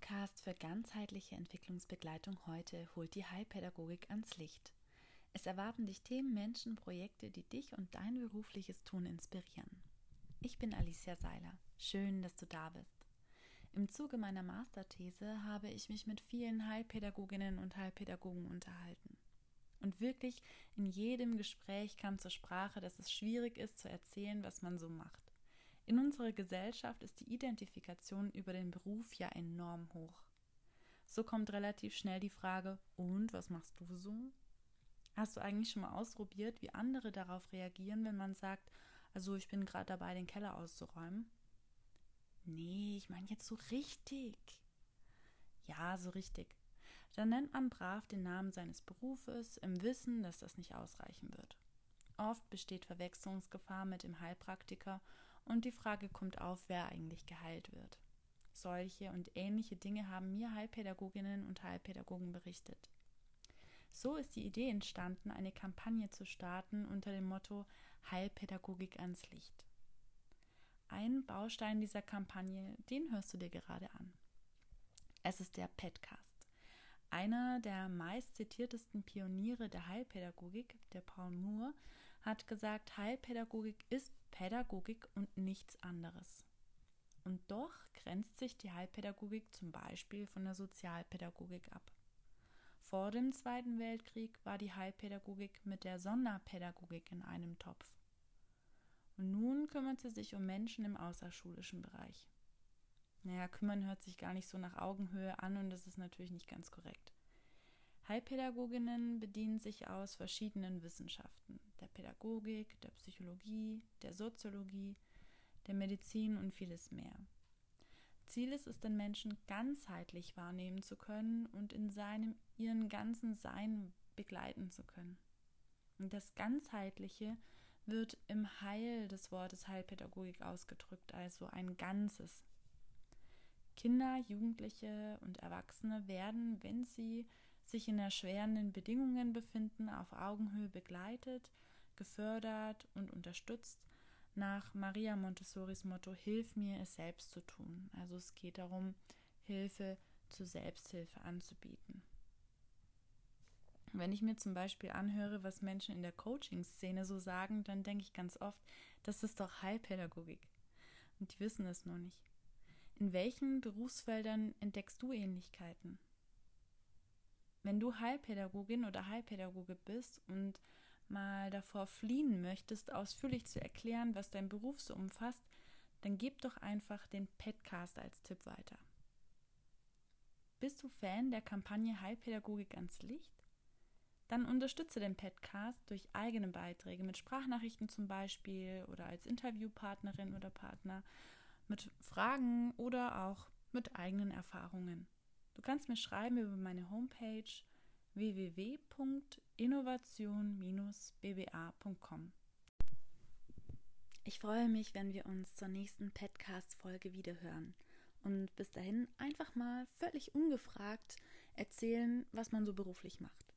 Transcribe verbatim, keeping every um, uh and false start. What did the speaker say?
Podcast für ganzheitliche Entwicklungsbegleitung heute holt die Heilpädagogik ans Licht. Es erwarten dich Themen, Menschen, Projekte, die dich und dein berufliches Tun inspirieren. Ich bin Alicia Seiler. Schön, dass du da bist. Im Zuge meiner Masterthese habe ich mich mit vielen Heilpädagoginnen und Heilpädagogen unterhalten. Und wirklich in jedem Gespräch kam zur Sprache, dass es schwierig ist zu erzählen, was man so macht. In unserer Gesellschaft ist die Identifikation über den Beruf ja enorm hoch. So kommt relativ schnell die Frage, und was machst du so? Hast du eigentlich schon mal ausprobiert, wie andere darauf reagieren, wenn man sagt, also ich bin gerade dabei, den Keller auszuräumen? Nee, ich meine jetzt so richtig. Ja, so richtig. Dann nennt man brav den Namen seines Berufes, im Wissen, dass das nicht ausreichen wird. Oft besteht Verwechslungsgefahr mit dem Heilpraktiker und die Frage kommt auf, wer eigentlich geheilt wird. Solche und ähnliche Dinge haben mir Heilpädagoginnen und Heilpädagogen berichtet. So ist die Idee entstanden, eine Kampagne zu starten unter dem Motto Heilpädagogik ans Licht. Ein Baustein dieser Kampagne, den hörst du dir gerade an. Es ist der Podcast. Einer der meist zitiertesten Pioniere der Heilpädagogik, der Paul Moore, hat gesagt, Heilpädagogik ist Pädagogik und nichts anderes. Und doch grenzt sich die Heilpädagogik zum Beispiel von der Sozialpädagogik ab. Vor dem Zweiten Weltkrieg war die Heilpädagogik mit der Sonderpädagogik in einem Topf. Und nun kümmert sie sich um Menschen im außerschulischen Bereich. Naja, kümmern hört sich gar nicht so nach Augenhöhe an und das ist natürlich nicht ganz korrekt. Heilpädagoginnen bedienen sich aus verschiedenen Wissenschaften, der Pädagogik, der Psychologie, der Soziologie, der Medizin und vieles mehr. Ziel ist es, den Menschen ganzheitlich wahrnehmen zu können und in seinem, ihren ganzen Sein begleiten zu können. Und das Ganzheitliche wird im Heil des Wortes Heilpädagogik ausgedrückt, also ein Ganzes. Kinder, Jugendliche und Erwachsene werden, wenn sie sich in erschwerenden Bedingungen befinden, auf Augenhöhe begleitet, gefördert und unterstützt, nach Maria Montessoris Motto Hilf mir, es selbst zu tun. Also es geht darum, Hilfe zur Selbsthilfe anzubieten. Wenn ich mir zum Beispiel anhöre, was Menschen in der Coaching-Szene so sagen, dann denke ich ganz oft, das ist doch Heilpädagogik. Und die wissen es nur nicht. In welchen Berufsfeldern entdeckst du Ähnlichkeiten? Wenn du Heilpädagogin oder Heilpädagoge bist und mal davor fliehen möchtest, ausführlich zu erklären, was dein Beruf so umfasst, dann gib doch einfach den Podcast als Tipp weiter. Bist du Fan der Kampagne Heilpädagogik ans Licht? Dann unterstütze den Podcast durch eigene Beiträge mit Sprachnachrichten zum Beispiel oder als Interviewpartnerin oder Partner, mit Fragen oder auch mit eigenen Erfahrungen. Du kannst mir schreiben über meine Homepage w w w punkt innovation Bindestrich b b a punkt com. Ich freue mich, wenn wir uns zur nächsten Podcast-Folge wiederhören. Und bis dahin einfach mal völlig ungefragt erzählen, was man so beruflich macht.